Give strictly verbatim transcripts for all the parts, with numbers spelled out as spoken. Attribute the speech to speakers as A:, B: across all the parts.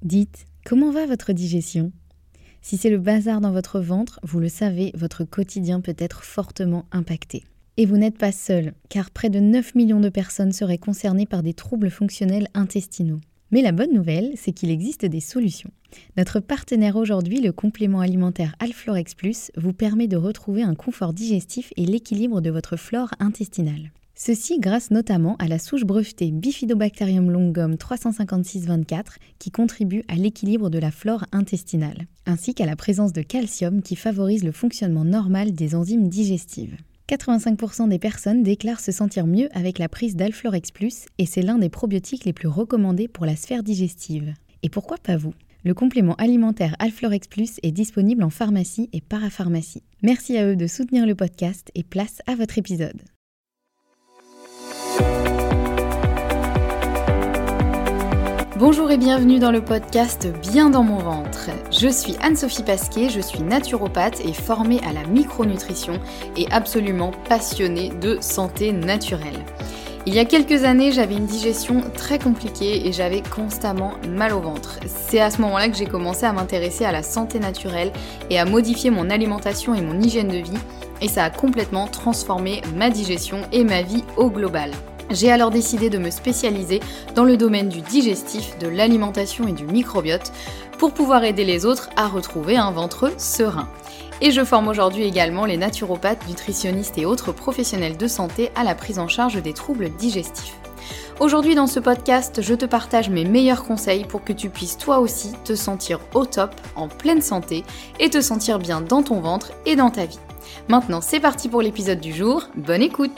A: Dites, comment va votre digestion ? Si c'est le bazar dans votre ventre, vous le savez, votre quotidien peut être fortement impacté. Et vous n'êtes pas seul, car près de neuf millions de personnes seraient concernées par des troubles fonctionnels intestinaux. Mais la bonne nouvelle, c'est qu'il existe des solutions. Notre partenaire aujourd'hui, le complément alimentaire Alflorex Plus, vous permet de retrouver un confort digestif et l'équilibre de votre flore intestinale. Ceci grâce notamment à la souche brevetée Bifidobacterium longum trois cent cinquante-six vingt-quatre qui contribue à l'équilibre de la flore intestinale, ainsi qu'à la présence de calcium qui favorise le fonctionnement normal des enzymes digestives. quatre-vingt-cinq pour cent des personnes déclarent se sentir mieux avec la prise d'Alflorex Plus et c'est l'un des probiotiques les plus recommandés pour la sphère digestive. Et pourquoi pas vous ? Le complément alimentaire Alflorex Plus est disponible en pharmacie et parapharmacie. Merci à eux de soutenir le podcast et place à votre épisode. Bonjour et bienvenue dans le podcast Bien dans mon ventre. Je suis Anne-Sophie Pasquet, je suis naturopathe et formée à la micronutrition et absolument passionnée de santé naturelle. Il y a quelques années, j'avais une digestion très compliquée et j'avais constamment mal au ventre. C'est à ce moment-là que j'ai commencé à m'intéresser à la santé naturelle et à modifier mon alimentation et mon hygiène de vie et ça a complètement transformé ma digestion et ma vie au global. J'ai alors décidé de me spécialiser dans le domaine du digestif, de l'alimentation et du microbiote pour pouvoir aider les autres à retrouver un ventre serein. Et je forme aujourd'hui également les naturopathes, nutritionnistes et autres professionnels de santé à la prise en charge des troubles digestifs. Aujourd'hui dans ce podcast, je te partage mes meilleurs conseils pour que tu puisses toi aussi te sentir au top, en pleine santé et te sentir bien dans ton ventre et dans ta vie. Maintenant c'est parti pour l'épisode du jour, bonne écoute!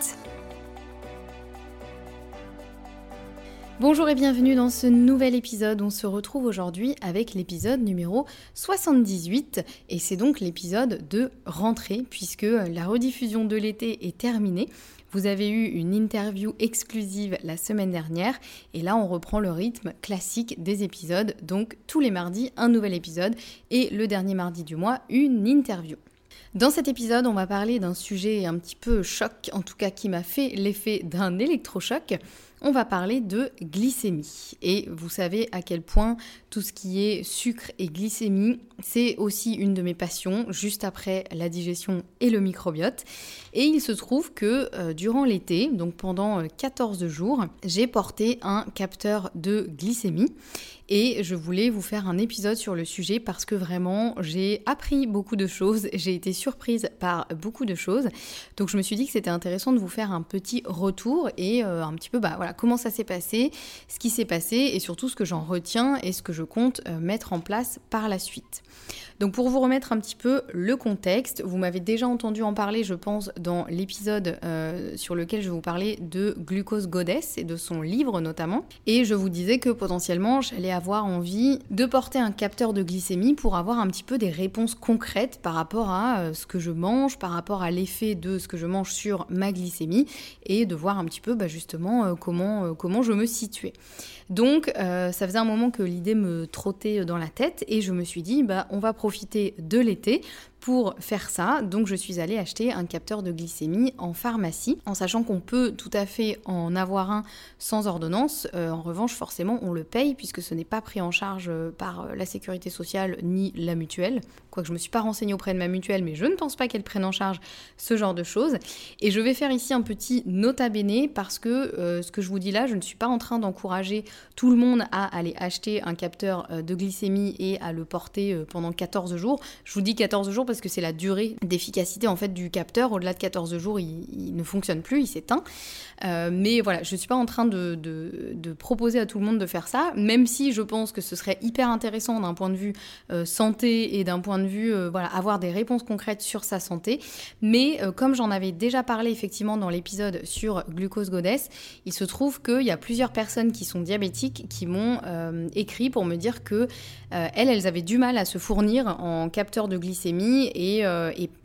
A: Bonjour et bienvenue dans ce nouvel épisode. On se retrouve aujourd'hui avec l'épisode numéro soixante-dix-huit et c'est donc l'épisode de rentrée puisque la rediffusion de l'été est terminée. Vous avez eu une interview exclusive la semaine dernière et là on reprend le rythme classique des épisodes. Donc tous les mardis un nouvel épisode et le dernier mardi du mois une interview. Dans cet épisode, on va parler d'un sujet un petit peu choc, en tout cas qui m'a fait l'effet d'un électrochoc. On va parler de glycémie. Et vous savez à quel point tout ce qui est sucre et glycémie, c'est aussi une de mes passions, juste après la digestion et le microbiote. Et il se trouve que euh, durant l'été, donc pendant quatorze jours, j'ai porté un capteur de glycémie. Et je voulais vous faire un épisode sur le sujet parce que vraiment, j'ai appris beaucoup de choses, j'ai été surprise par beaucoup de choses. Donc je me suis dit que c'était intéressant de vous faire un petit retour et euh, un petit peu bah, voilà, comment ça s'est passé, ce qui s'est passé et surtout ce que j'en retiens et ce que je compte euh, mettre en place par la suite. Donc pour vous remettre un petit peu le contexte, vous m'avez déjà entendu en parler, je pense, dans l'épisode euh, sur lequel je vous parlais de Glucose Goddess et de son livre notamment. Et je vous disais que potentiellement, j'allais avoir envie de porter un capteur de glycémie pour avoir un petit peu des réponses concrètes par rapport à euh, ce que je mange, par rapport à l'effet de ce que je mange sur ma glycémie et de voir un petit peu bah, justement euh, comment, euh, comment je me situais. Donc euh, ça faisait un moment que l'idée me trottait dans la tête et je me suis dit bah, on va profiter de l'été pour faire ça. Donc je suis allée acheter un capteur de glycémie en pharmacie en sachant qu'on peut tout à fait en avoir un sans ordonnance. Euh, en revanche forcément on le paye puisque ce n'est pas pris en charge par la sécurité sociale ni la mutuelle. Quoique je ne me suis pas renseignée auprès de ma mutuelle mais je ne pense pas qu'elle prenne en charge ce genre de choses. Et je vais faire ici un petit nota bene parce que euh, ce que je vous dis là, je ne suis pas en train d'encourager tout le monde à aller acheter un capteur de glycémie et à le porter pendant quatorze jours. Je vous dis quatorze jours parce que c'est la durée d'efficacité en fait du capteur. Au-delà de quatorze jours, il, il ne fonctionne plus, il s'éteint. Euh, mais voilà, je ne suis pas en train de, de, de proposer à tout le monde de faire ça, même si je pense que ce serait hyper intéressant d'un point de vue euh, santé et d'un point de vue, euh, voilà, avoir des réponses concrètes sur sa santé. Mais euh, comme j'en avais déjà parlé effectivement dans l'épisode sur Glucose Goddess, il se trouve qu'il y a plusieurs personnes qui sont diabétiques qui m'ont euh, écrit pour me dire que euh, elles, elles avaient du mal à se fournir en capteur de glycémie et, euh, et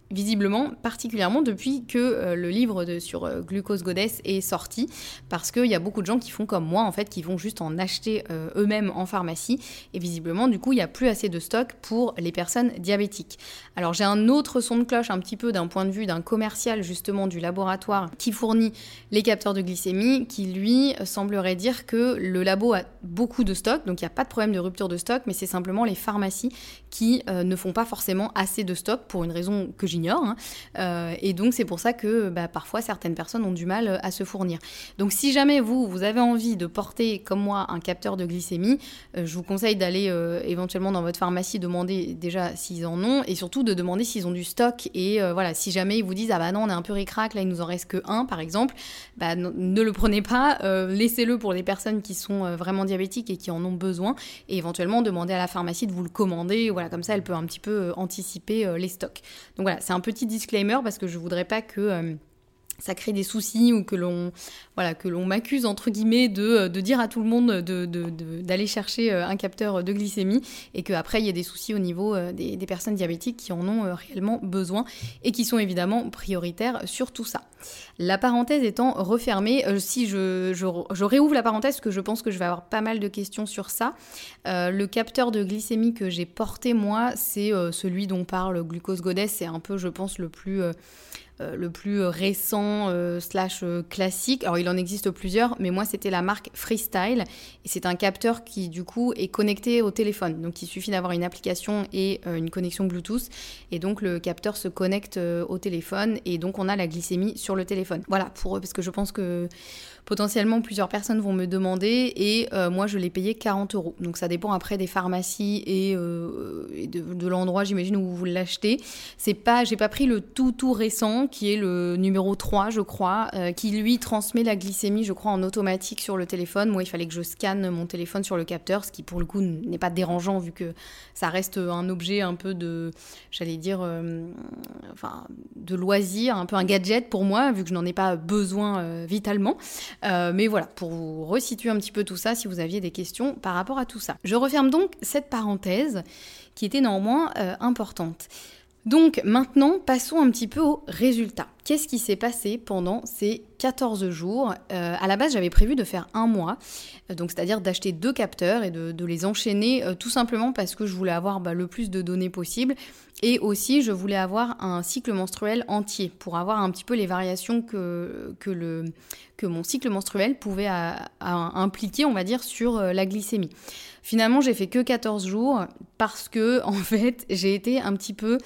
A: visiblement, particulièrement depuis que euh, le livre de, sur euh, Glucose Goddess est sorti, parce qu'il y a beaucoup de gens qui font comme moi, en fait, qui vont juste en acheter euh, eux-mêmes en pharmacie, et visiblement, du coup, il n'y a plus assez de stock pour les personnes diabétiques. Alors, j'ai un autre son de cloche, un petit peu d'un point de vue d'un commercial, justement, du laboratoire qui fournit les capteurs de glycémie, qui, lui, semblerait dire que le labo a beaucoup de stock, donc il n'y a pas de problème de rupture de stock, mais c'est simplement les pharmacies qui euh, ne font pas forcément assez de stock, pour une raison que j'ignore, Hein. Euh, et donc c'est pour ça que bah, parfois certaines personnes ont du mal à se fournir. Donc si jamais vous, vous avez envie de porter comme moi un capteur de glycémie, euh, je vous conseille d'aller euh, éventuellement dans votre pharmacie demander déjà s'ils en ont, et surtout de demander s'ils ont du stock. Et euh, voilà, si jamais ils vous disent ah bah non on est un peu ric-rac, là il nous en reste que un par exemple, bah, n- ne le prenez pas, euh, laissez-le pour les personnes qui sont euh, vraiment diabétiques et qui en ont besoin, et éventuellement demandez à la pharmacie de vous le commander. Voilà, comme ça elle peut un petit peu euh, anticiper euh, les stocks. Donc voilà, c'est un petit disclaimer parce que je voudrais pas que euh, ça crée des soucis ou que l'on, voilà, que l'on m'accuse entre guillemets de, de dire à tout le monde de, de, de, d'aller chercher un capteur de glycémie et qu'après il y ait des soucis au niveau des, des personnes diabétiques qui en ont réellement besoin et qui sont évidemment prioritaires sur tout ça. La parenthèse étant refermée, euh, si je, je, je réouvre la parenthèse parce que je pense que je vais avoir pas mal de questions sur ça. Euh, le capteur de glycémie que j'ai porté moi, c'est euh, celui dont parle Glucose Goddess, c'est un peu je pense le plus... Euh, Euh, le plus récent euh, slash euh, classique. Alors il en existe plusieurs, mais moi c'était la marque Freestyle et c'est un capteur qui du coup est connecté au téléphone. Donc il suffit d'avoir une application et euh, une connexion Bluetooth et donc le capteur se connecte euh, au téléphone et donc on a la glycémie sur le téléphone. Voilà, pour, parce que je pense que potentiellement plusieurs personnes vont me demander et euh, moi je l'ai payé quarante euros. Donc ça dépend après des pharmacies et, euh, et de, de l'endroit j'imagine où vous l'achetez. C'est pas, j'ai pas pris le tout tout récent qui est le numéro trois je crois, euh, qui lui transmet la glycémie je crois en automatique sur le téléphone. Moi il fallait que je scanne mon téléphone sur le capteur, ce qui pour le coup n'est pas dérangeant vu que ça reste un objet un peu de, j'allais dire, euh, enfin de loisir, un peu un gadget pour moi vu que je n'en ai pas besoin euh, vitalement. Euh, mais voilà, pour vous resituer un petit peu tout ça, si vous aviez des questions par rapport à tout ça. Je referme donc cette parenthèse qui était néanmoins euh, importante. Donc maintenant, passons un petit peu aux résultats. Qu'est-ce qui s'est passé pendant ces quatorze jours ? euh, À la base, j'avais prévu de faire un mois, euh, donc c'est-à-dire d'acheter deux capteurs et de, de les enchaîner euh, tout simplement parce que je voulais avoir bah, le plus de données possible et aussi je voulais avoir un cycle menstruel entier pour avoir un petit peu les variations que, que, le, que mon cycle menstruel pouvait à, à impliquer, on va dire, sur euh, la glycémie. Finalement, j'ai fait que quatorze jours parce que, en fait, j'ai été un petit peu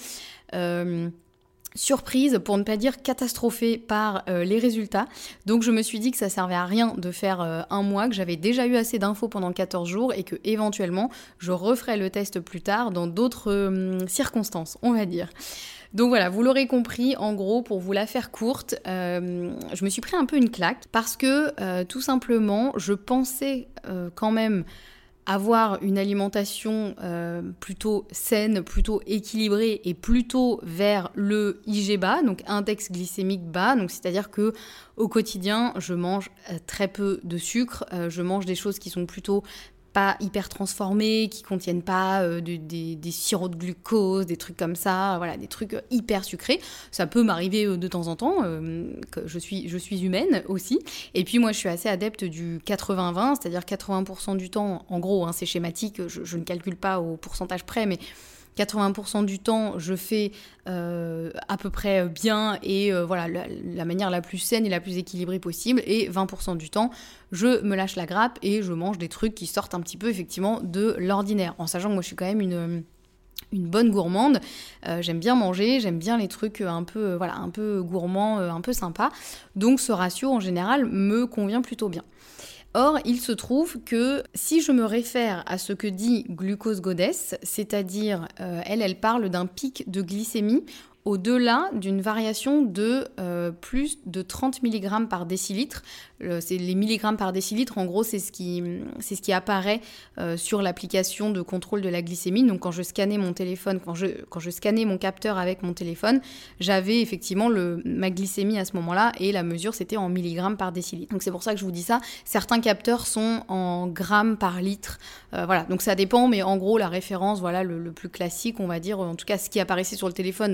A: euh, surprise, pour ne pas dire catastrophée par euh, les résultats. Donc, je me suis dit que ça servait à rien de faire euh, un mois, que j'avais déjà eu assez d'infos pendant quatorze jours et que, éventuellement, je referais le test plus tard dans d'autres euh, circonstances, on va dire. Donc voilà, vous l'aurez compris, en gros, pour vous la faire courte, euh, je me suis pris un peu une claque parce que, euh, tout simplement, je pensais euh, quand même avoir une alimentation euh, plutôt saine, plutôt équilibrée et plutôt vers le I G bas, donc index glycémique bas, donc c'est-à-dire que au quotidien, je mange euh, très peu de sucre, euh, je mange des choses qui sont plutôt pas hyper transformés, qui contiennent pas euh, de, des, des sirops de glucose, des trucs comme ça, voilà, des trucs hyper sucrés. Ça peut m'arriver euh, de temps en temps, euh, que je suis, je suis humaine aussi. Et puis moi, je suis assez adepte du quatre-vingts vingt, c'est-à-dire quatre-vingts pour cent du temps, en gros, hein, c'est schématique, je, je ne calcule pas au pourcentage près, mais quatre-vingts pour cent du temps, je fais euh, à peu près bien et euh, voilà, la, la manière la plus saine et la plus équilibrée possible. Et vingt pour cent du temps, je me lâche la grappe et je mange des trucs qui sortent un petit peu effectivement de l'ordinaire. En sachant que moi, je suis quand même une... une bonne gourmande, euh, j'aime bien manger, j'aime bien les trucs un peu, euh, voilà, un peu gourmands, euh, un peu sympas. Donc ce ratio en général me convient plutôt bien. Or, il se trouve que si je me réfère à ce que dit Glucose Goddess, c'est-à-dire, euh, elle, elle parle d'un pic de glycémie au-delà d'une variation de euh, plus de trente milligrammes par décilitre. Le, c'est les milligrammes par décilitre, en gros, c'est ce qui, c'est ce qui apparaît euh, sur l'application de contrôle de la glycémie. Donc, quand je scannais mon téléphone, quand je, quand je scannais mon capteur avec mon téléphone, j'avais effectivement le, ma glycémie à ce moment-là et la mesure, c'était en milligrammes par décilitre. Donc, c'est pour ça que je vous dis ça. Certains capteurs sont en grammes par litre. Euh, voilà, donc ça dépend, mais en gros, la référence, voilà, le, le plus classique, on va dire, en tout cas, ce qui apparaissait sur le téléphone, donc ce qui est le plus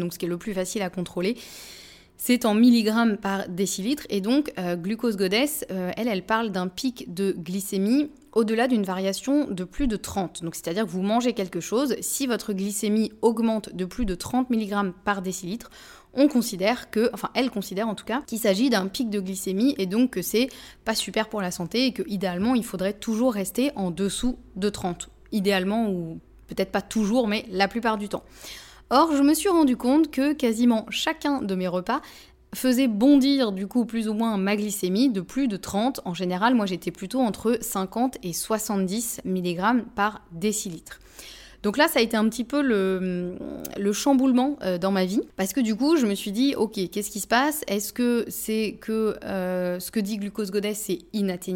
A: plus facile à contrôler. C'est en milligrammes par décilitre et donc euh, Glucose Goddess, euh, elle, elle parle d'un pic de glycémie au-delà d'une variation de plus de trente. Donc c'est-à-dire que vous mangez quelque chose, si votre glycémie augmente de plus de trente milligrammes par décilitre, on considère que, enfin elle considère en tout cas, qu'il s'agit d'un pic de glycémie et donc que c'est pas super pour la santé et que idéalement il faudrait toujours rester en dessous de trente. Idéalement ou peut-être pas toujours mais la plupart du temps. Or, je me suis rendu compte que quasiment chacun de mes repas faisait bondir du coup plus ou moins ma glycémie de plus de trente. En général, moi j'étais plutôt entre cinquante et soixante-dix milligrammes par décilitre. Donc là, ça a été un petit peu le, le chamboulement euh, dans ma vie, parce que du coup, je me suis dit, ok, qu'est-ce qui se passe ? Est-ce que c'est que euh, ce que dit Glucose Goddess, c'est inatteignable ?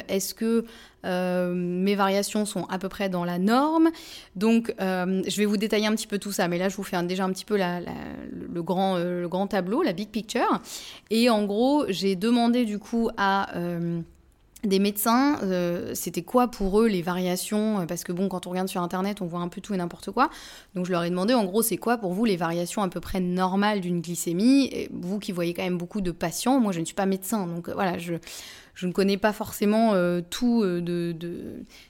A: Est-ce que euh, mes variations sont à peu près dans la norme ? Donc, euh, je vais vous détailler un petit peu tout ça, mais là, je vous fais un, déjà un petit peu la, la, le, grand, euh, le grand tableau, la big picture. Et en gros, j'ai demandé du coup à... Euh, des médecins, euh, c'était quoi pour eux les variations ? Parce que bon, quand on regarde sur internet, on voit un peu tout et n'importe quoi. Donc je leur ai demandé, en gros, c'est quoi pour vous les variations à peu près normales d'une glycémie ? Et vous qui voyez quand même beaucoup de patients, moi je ne suis pas médecin, donc euh, voilà, je, je ne connais pas forcément euh, tout euh, de, de,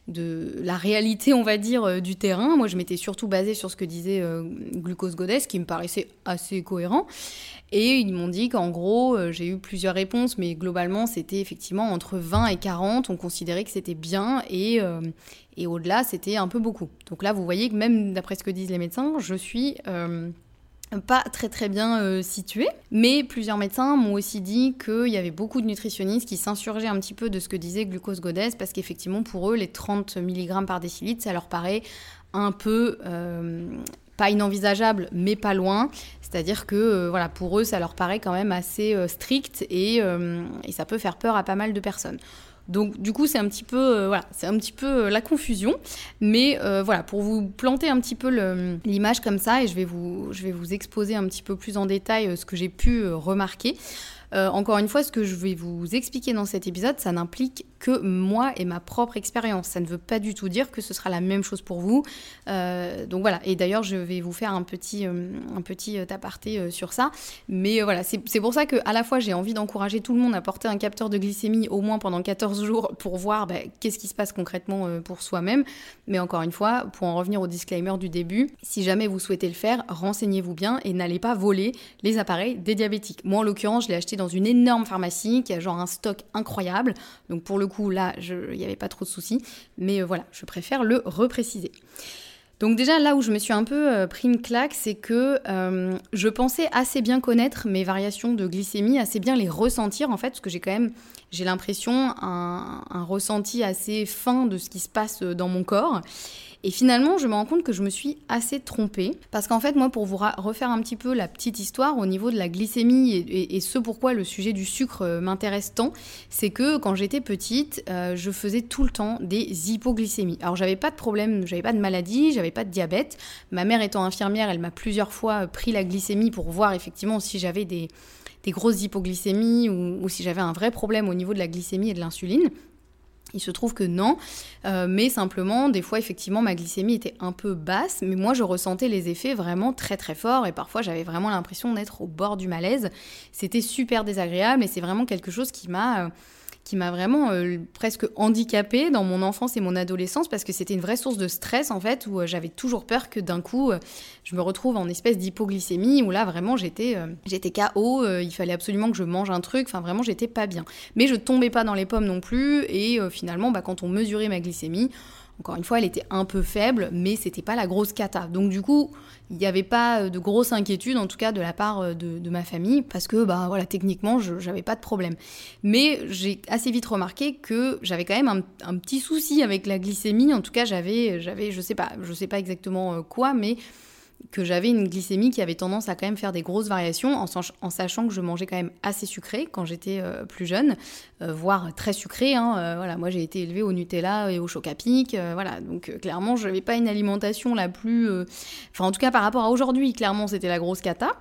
A: de la réalité, on va dire, euh, du terrain. Moi je m'étais surtout basée sur ce que disait euh, Glucose Goddess, qui me paraissait assez cohérent. Et ils m'ont dit qu'en gros, euh, j'ai eu plusieurs réponses, mais globalement, c'était effectivement entre vingt et quarante. On considérait que c'était bien et, euh, et au-delà, c'était un peu beaucoup. Donc là, vous voyez que même d'après ce que disent les médecins, je suis euh, pas très très bien euh, située. Mais plusieurs médecins m'ont aussi dit qu'il y avait beaucoup de nutritionnistes qui s'insurgeaient un petit peu de ce que disait Glucose Goddess, parce qu'effectivement, pour eux, les trente milligrammes par décilitre, ça leur paraît un peu... Euh, pas inenvisageable, mais pas loin. C'est-à-dire que euh, voilà, pour eux, ça leur paraît quand même assez euh, strict et, euh, et ça peut faire peur à pas mal de personnes. Donc du coup, c'est un petit peu, euh, voilà, c'est un petit peu euh, la confusion. Mais euh, voilà, pour vous planter un petit peu le, l'image comme ça, et je vais, vous, je vais vous exposer un petit peu plus en détail euh, ce que j'ai pu euh, remarquer. Euh, encore une fois, ce que je vais vous expliquer dans cet épisode, ça n'implique que moi et ma propre expérience. Ça ne veut pas du tout dire que ce sera la même chose pour vous. Euh, donc voilà, et d'ailleurs, je vais vous faire un petit, euh, un petit aparté euh, sur ça. Mais euh, voilà, c'est, c'est pour ça qu'à la fois, j'ai envie d'encourager tout le monde à porter un capteur de glycémie au moins pendant quatorze jours pour voir bah, qu'est-ce qui se passe concrètement euh, pour soi-même. Mais encore une fois, pour en revenir au disclaimer du début, si jamais vous souhaitez le faire, renseignez-vous bien et n'allez pas voler les appareils des diabétiques. Moi, en l'occurrence, je l'ai acheté dans une énorme pharmacie qui a genre un stock incroyable. Donc pour le coup, là, il n'y avait pas trop de soucis. Mais euh, voilà, je préfère le repréciser. Donc déjà, là où je me suis un peu euh, pris une claque, c'est que euh, je pensais assez bien connaître mes variations de glycémie, assez bien les ressentir en fait, parce que j'ai quand même, j'ai l'impression, un, un ressenti assez fin de ce qui se passe dans mon corps. Et finalement, je me rends compte que je me suis assez trompée. Parce qu'en fait, moi, pour vous ra- refaire un petit peu la petite histoire au niveau de la glycémie et, et, et ce pourquoi le sujet du sucre euh, m'intéresse tant, c'est que quand j'étais petite, euh, je faisais tout le temps des hypoglycémies. Alors, j'avais pas de problème, j'avais pas de maladie, j'avais pas de diabète. Ma mère étant infirmière, elle m'a plusieurs fois pris la glycémie pour voir effectivement si j'avais des, des grosses hypoglycémies ou, ou si j'avais un vrai problème au niveau de la glycémie et de l'insuline. Il se trouve que non, euh, mais simplement, des fois, effectivement, ma glycémie était un peu basse, mais moi, je ressentais les effets vraiment très très forts et parfois, j'avais vraiment l'impression d'être au bord du malaise. C'était super désagréable et c'est vraiment quelque chose qui m'a... Euh, qui m'a vraiment euh, presque handicapée dans mon enfance et mon adolescence parce que c'était une vraie source de stress en fait où euh, j'avais toujours peur que d'un coup euh, je me retrouve en espèce d'hypoglycémie où là vraiment j'étais, euh, j'étais K O, euh, il fallait absolument que je mange un truc, enfin vraiment j'étais pas bien. Mais je tombais pas dans les pommes non plus et euh, finalement bah, quand on mesurait ma glycémie, encore une fois, elle était un peu faible, mais c'était pas la grosse cata. Donc du coup, il n'y avait pas de grosse inquiétude, en tout cas de la part de, de ma famille, parce que bah voilà, techniquement, je n'avais pas de problème. Mais j'ai assez vite remarqué que j'avais quand même un, un petit souci avec la glycémie. En tout cas, j'avais, j'avais, je sais pas, je sais pas exactement quoi, mais que j'avais une glycémie qui avait tendance à quand même faire des grosses variations, en, en sachant que je mangeais quand même assez sucré quand j'étais euh, plus jeune, euh, voire très sucré. Hein, euh, voilà, moi j'ai été élevée au Nutella et au Choc-à-Pic, euh, voilà, donc euh, clairement je n'avais pas une alimentation la plus... Euh... Enfin en tout cas par rapport à aujourd'hui, clairement c'était la grosse cata.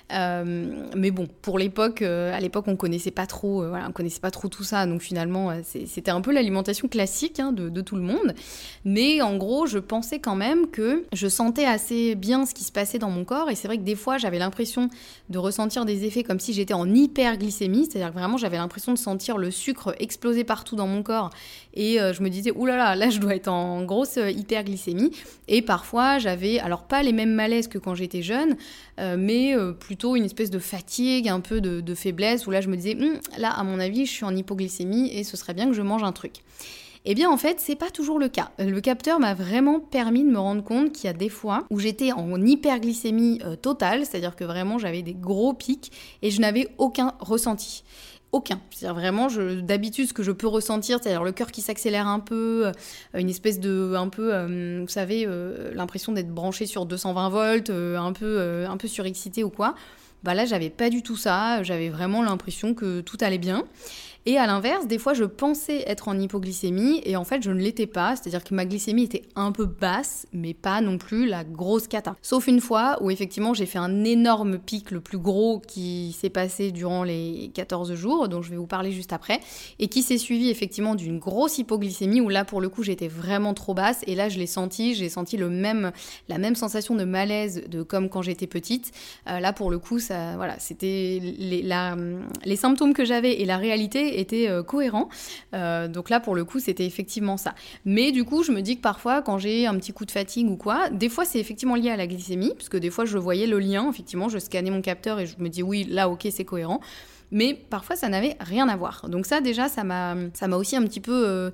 A: Euh, mais bon, pour l'époque, euh, à l'époque on connaissait pas trop, euh, voilà, on connaissait pas trop tout ça, donc finalement euh, c'est, c'était un peu l'alimentation classique hein, de, de tout le monde. Mais en gros, je pensais quand même que je sentais assez bien ce ce qui se passait dans mon corps. Et c'est vrai que des fois, j'avais l'impression de ressentir des effets comme si j'étais en hyperglycémie, c'est-à-dire que vraiment, j'avais l'impression de sentir le sucre exploser partout dans mon corps. Et euh, je me disais, oulala, là, là, je dois être en grosse euh, hyperglycémie. Et parfois, j'avais, alors pas les mêmes malaises que quand j'étais jeune, euh, mais euh, plutôt une espèce de fatigue, un peu de, de faiblesse, où là, je me disais, hm, là, à mon avis, je suis en hypoglycémie et ce serait bien que je mange un truc. Eh bien, en fait, c'est pas toujours le cas. Le capteur m'a vraiment permis de me rendre compte qu'il y a des fois où j'étais en hyperglycémie euh, totale, c'est-à-dire que vraiment j'avais des gros pics et je n'avais aucun ressenti. Aucun. C'est-à-dire vraiment, je, d'habitude, ce que je peux ressentir, c'est-à-dire le cœur qui s'accélère un peu, euh, une espèce de, un peu, euh, vous savez, euh, l'impression d'être branché sur deux cent vingt volts, euh, un peu, euh, un peu surexcité ou quoi. Bah là, j'avais pas du tout ça. J'avais vraiment l'impression que tout allait bien. Et à l'inverse, des fois, je pensais être en hypoglycémie et en fait, je ne l'étais pas. C'est-à-dire que ma glycémie était un peu basse, mais pas non plus la grosse cata. Sauf une fois où effectivement, j'ai fait un énorme pic, le plus gros qui s'est passé durant les quatorze jours, dont je vais vous parler juste après, et qui s'est suivi effectivement d'une grosse hypoglycémie où là, pour le coup, j'étais vraiment trop basse. Et là, je l'ai senti, j'ai senti le même, la même sensation de malaise de comme quand j'étais petite. Euh, là, pour le coup, ça, voilà, c'était les, la, les symptômes que j'avais et la réalité était euh, cohérent. Euh, donc là, pour le coup, c'était effectivement ça. Mais du coup, je me dis que parfois, quand j'ai un petit coup de fatigue ou quoi, des fois, c'est effectivement lié à la glycémie, parce que des fois, je voyais le lien, effectivement, je scannais mon capteur et je me dis, oui, là, ok, c'est cohérent. Mais parfois, ça n'avait rien à voir. Donc ça, déjà, ça m'a, ça m'a aussi un petit peu... Euh,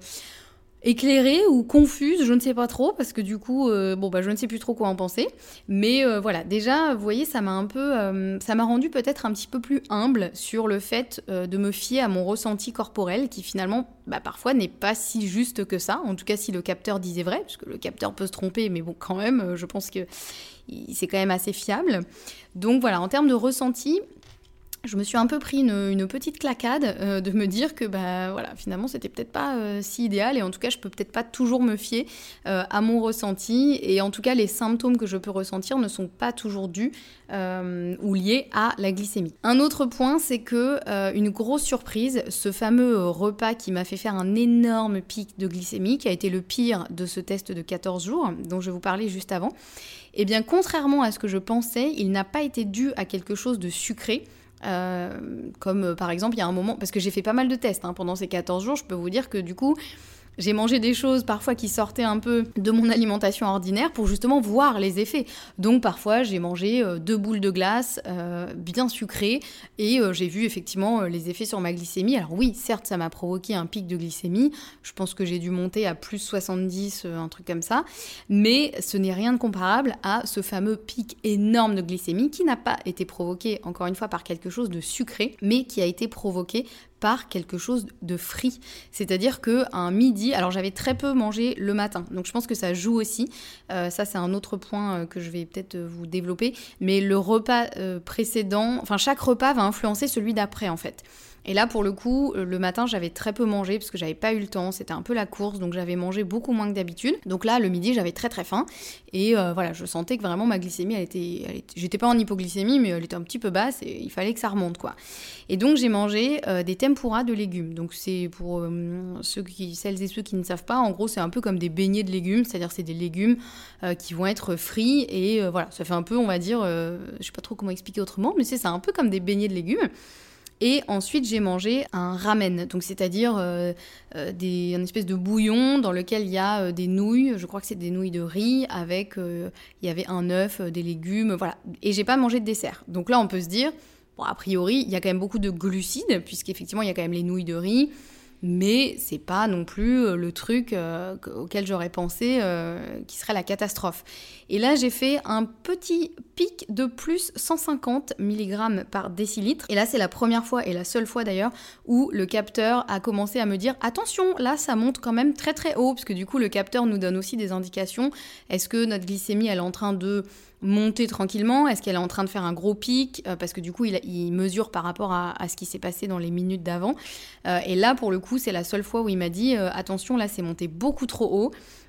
A: éclairée ou confuse, je ne sais pas trop, parce que du coup, euh, bon bah je ne sais plus trop quoi en penser, mais euh, voilà, déjà, vous voyez, ça m'a un peu, euh, ça m'a rendu peut-être un petit peu plus humble sur le fait euh, de me fier à mon ressenti corporel, qui finalement, bah parfois n'est pas si juste que ça, en tout cas si le capteur disait vrai, parce que le capteur peut se tromper, mais bon, quand même, euh, je pense que c'est quand même assez fiable. Donc voilà, en termes de ressenti, je me suis un peu pris une, une petite claquade euh, de me dire que bah, voilà, finalement c'était peut-être pas euh, si idéal et en tout cas je peux peut-être pas toujours me fier euh, à mon ressenti et en tout cas les symptômes que je peux ressentir ne sont pas toujours dus euh, ou liés à la glycémie. Un autre point, c'est que euh, une grosse surprise, ce fameux euh, repas qui m'a fait faire un énorme pic de glycémie, qui a été le pire de ce test de quatorze jours dont je vais vous parler juste avant, eh bien contrairement à ce que je pensais, il n'a pas été dû à quelque chose de sucré. Euh, comme euh, par exemple il y a un moment, parce que j'ai fait pas mal de tests hein, pendant ces quatorze jours, je peux vous dire que du coup j'ai mangé des choses parfois qui sortaient un peu de mon alimentation ordinaire pour justement voir les effets. Donc parfois j'ai mangé euh, deux boules de glace euh, bien sucrées et euh, j'ai vu effectivement euh, les effets sur ma glycémie. Alors oui, certes ça m'a provoqué un pic de glycémie, je pense que j'ai dû monter à plus soixante-dix, euh, un truc comme ça, mais ce n'est rien de comparable à ce fameux pic énorme de glycémie qui n'a pas été provoqué encore une fois par quelque chose de sucré, mais qui a été provoqué par quelque chose de frit. C'est-à-dire qu'à un midi, alors j'avais très peu mangé le matin, donc je pense que ça joue aussi. Euh, ça, c'est un autre point euh, que je vais peut-être euh, vous développer. Mais le repas euh, précédent, enfin chaque repas va influencer celui d'après en fait. Et là, pour le coup, le matin, j'avais très peu mangé parce que j'avais pas eu le temps, c'était un peu la course, donc j'avais mangé beaucoup moins que d'habitude. Donc là, le midi, j'avais très très faim et euh, voilà, je sentais que vraiment ma glycémie, elle était, elle était, j'étais pas en hypoglycémie, mais elle était un petit peu basse et il fallait que ça remonte quoi. Et donc j'ai mangé euh, des tempura de légumes. Donc c'est pour euh, ceux qui, celles et ceux qui ne savent pas, en gros, c'est un peu comme des beignets de légumes, c'est-à-dire c'est des légumes euh, qui vont être frits et euh, voilà, ça fait un peu, on va dire, euh, je sais pas trop comment expliquer autrement, mais c'est ça, un peu comme des beignets de légumes. Et ensuite, j'ai mangé un ramen, donc c'est-à-dire euh, euh, des, une espèce de bouillon dans lequel il y a euh, des nouilles, je crois que c'est des nouilles de riz, avec, euh, il y avait un œuf, euh, des légumes, voilà. Et j'ai pas mangé de dessert. Donc là, on peut se dire, bon, a priori, il y a quand même beaucoup de glucides, puisqu'effectivement, il y a quand même les nouilles de riz, mais c'est pas non plus le truc euh, auquel j'aurais pensé euh, qui serait la catastrophe. Et là, j'ai fait un petit pic de plus cent cinquante milligrammes par décilitre. Et là, c'est la première fois et la seule fois d'ailleurs où le capteur a commencé à me dire « Attention, là, ça monte quand même très très haut » parce que du coup, le capteur nous donne aussi des indications. Est-ce que notre glycémie, elle est en train de monter tranquillement? Est-ce qu'elle est en train de faire un gros pic? euh, Parce que du coup, il, il mesure par rapport à, à ce qui s'est passé dans les minutes d'avant. Euh, et là, pour le coup, c'est la seule fois où il m'a dit euh, « Attention, là, c'est monté beaucoup trop haut. »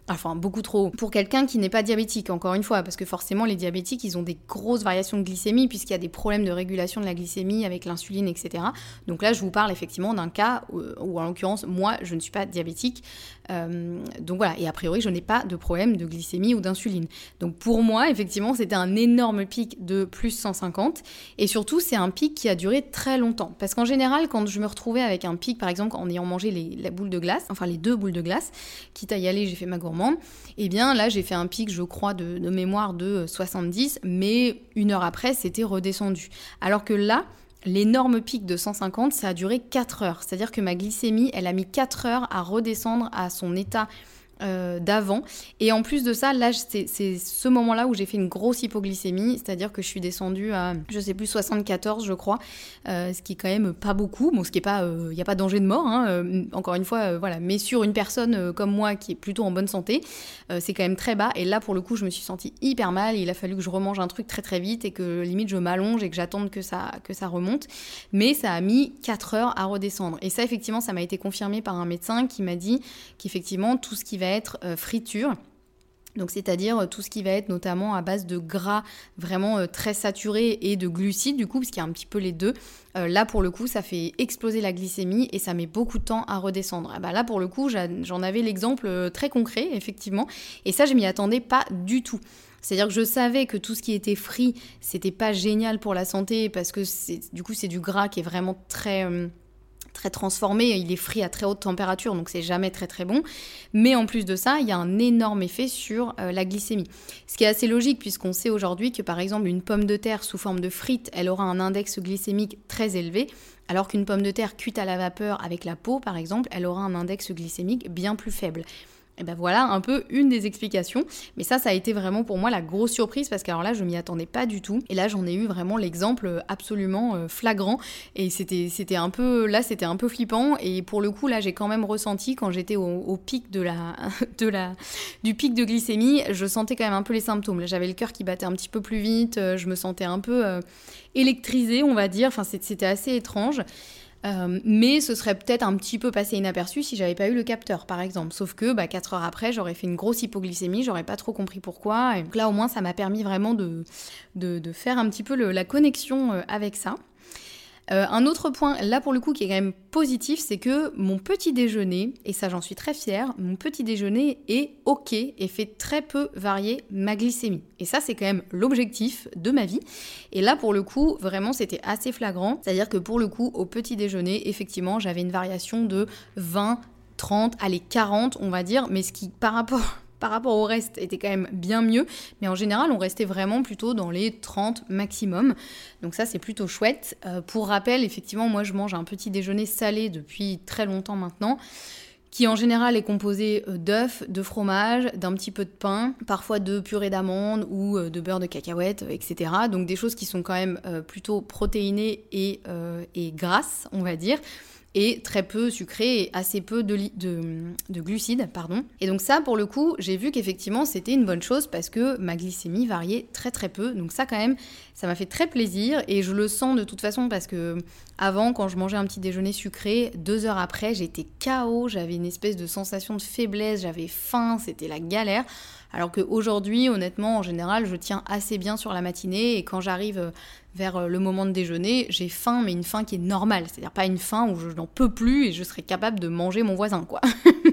A: Enfin, beaucoup trop haut. Pour quelqu'un qui n'est pas diabétique, encore une fois, parce que forcément, les diabétiques, ils ont des grosses variations de glycémie, puisqu'il y a des problèmes de régulation de la glycémie avec l'insuline, et cetera. Donc là, je vous parle effectivement d'un cas où, où en l'occurrence, moi, je ne suis pas diabétique. Euh, donc voilà, et a priori, je n'ai pas de problème de glycémie ou d'insuline. Donc pour moi, effectivement, c'était un énorme pic de plus cent cinquante. Et surtout, c'est un pic qui a duré très longtemps. Parce qu'en général, quand je me retrouvais avec un pic, par exemple, en ayant mangé les, la boule de glace, enfin les deux boules de glace, quitte à y aller, j'ai fait ma gourmande, et bien là, j'ai fait un pic, je crois, de, de mémoire de soixante-dix, mais une heure après, c'était redescendu. Alors que là, l'énorme pic de cent cinquante, ça a duré quatre heures. C'est-à-dire que ma glycémie, elle a mis quatre heures à redescendre à son état euh, d'avant. Et en plus de ça, là, c'est, c'est ce moment-là où j'ai fait une grosse hypoglycémie. C'est-à-dire que je suis descendue à, je sais plus, soixante-quatorze, je crois. Euh, ce qui est quand même pas beaucoup. Bon, ce qui est pas... Il euh, n'y a pas de danger de mort, hein. Euh, encore une fois, euh, voilà. Mais sur une personne euh, comme moi, qui est plutôt en bonne santé, euh, c'est quand même très bas. Et là, pour le coup, je me suis sentie hyper mal. Il a fallu que je remange un truc très très vite et que limite je m'allonge et que j'attende que ça, que ça remonte. Mais ça a mis quatre heures à redescendre. Et ça, effectivement, ça m'a été confirmé par un médecin qui m'a dit qu'effectivement, tout ce qui va être euh, friture, donc c'est-à-dire tout ce qui va être notamment à base de gras vraiment euh, très saturé et de glucides du coup, parce qu'il y a un petit peu les deux, euh, là pour le coup ça fait exploser la glycémie et ça met beaucoup de temps à redescendre. Et bah, là pour le coup j'en avais l'exemple euh, très concret effectivement, et ça je m'y attendais pas du tout. C'est-à-dire que je savais que tout ce qui était frit, c'était pas génial pour la santé parce que c'est, du coup c'est du gras qui est vraiment très... Euh, très transformé, il est frit à très haute température, donc c'est jamais très très bon. Mais en plus de ça, il y a un énorme effet sur euh, la glycémie. Ce qui est assez logique puisqu'on sait aujourd'hui que par exemple une pomme de terre sous forme de frites, elle aura un index glycémique très élevé, alors qu'une pomme de terre cuite à la vapeur avec la peau par exemple, elle aura un index glycémique bien plus faible. Et ben voilà un peu une des explications. Mais ça, ça a été vraiment pour moi la grosse surprise parce qu'alors là, je m'y attendais pas du tout. Et là, j'en ai eu vraiment l'exemple absolument euh, flagrant. Et c'était, c'était un peu, là, c'était un peu flippant. Et pour le coup, là, j'ai quand même ressenti quand j'étais au, au pic de la, de la, du pic de glycémie, je sentais quand même un peu les symptômes. Là, j'avais le cœur qui battait un petit peu plus vite. Je me sentais un peu euh, électrisée, on va dire. Enfin, c'était assez étrange. Euh, mais ce serait peut-être un petit peu passé inaperçu si j'avais pas eu le capteur par exemple, sauf que bah, quatre heures après j'aurais fait une grosse hypoglycémie, j'aurais pas trop compris pourquoi, et donc là au moins ça m'a permis vraiment de, de, de faire un petit peu le, la connexion euh, avec ça. Euh, un autre point, là pour le coup, qui est quand même positif, c'est que mon petit déjeuner, et ça j'en suis très fière, mon petit déjeuner est ok et fait très peu varier ma glycémie. Et ça c'est quand même l'objectif de ma vie. Et là pour le coup, vraiment c'était assez flagrant. C'est-à-dire que pour le coup, au petit déjeuner, effectivement, j'avais une variation de vingt, trente, allez quarante on va dire, mais ce qui par rapport... par rapport au reste, était quand même bien mieux. Mais en général, on restait vraiment plutôt dans les trente maximum. Donc ça, c'est plutôt chouette. Euh, pour rappel, effectivement, moi, je mange un petit déjeuner salé depuis très longtemps maintenant, qui en général est composé d'œufs, de fromage, d'un petit peu de pain, parfois de purée d'amandes ou de beurre de cacahuète, et cetera. Donc des choses qui sont quand même euh, plutôt protéinées et, euh, et grasses, on va dire. Et très peu sucré et assez peu de, li- de, de glucides, pardon. Et donc ça, pour le coup, j'ai vu qu'effectivement, c'était une bonne chose parce que ma glycémie variait très très peu. Donc ça, quand même, ça m'a fait très plaisir et je le sens de toute façon parce que avant, quand je mangeais un petit déjeuner sucré, deux heures après, j'étais K O, j'avais une espèce de sensation de faiblesse, j'avais faim, c'était la galère. Alors qu'aujourd'hui, honnêtement, en général, je tiens assez bien sur la matinée et quand j'arrive vers le moment de déjeuner, j'ai faim, mais une faim qui est normale. C'est-à-dire pas une faim où je n'en peux plus et je serais capable de manger mon voisin, quoi.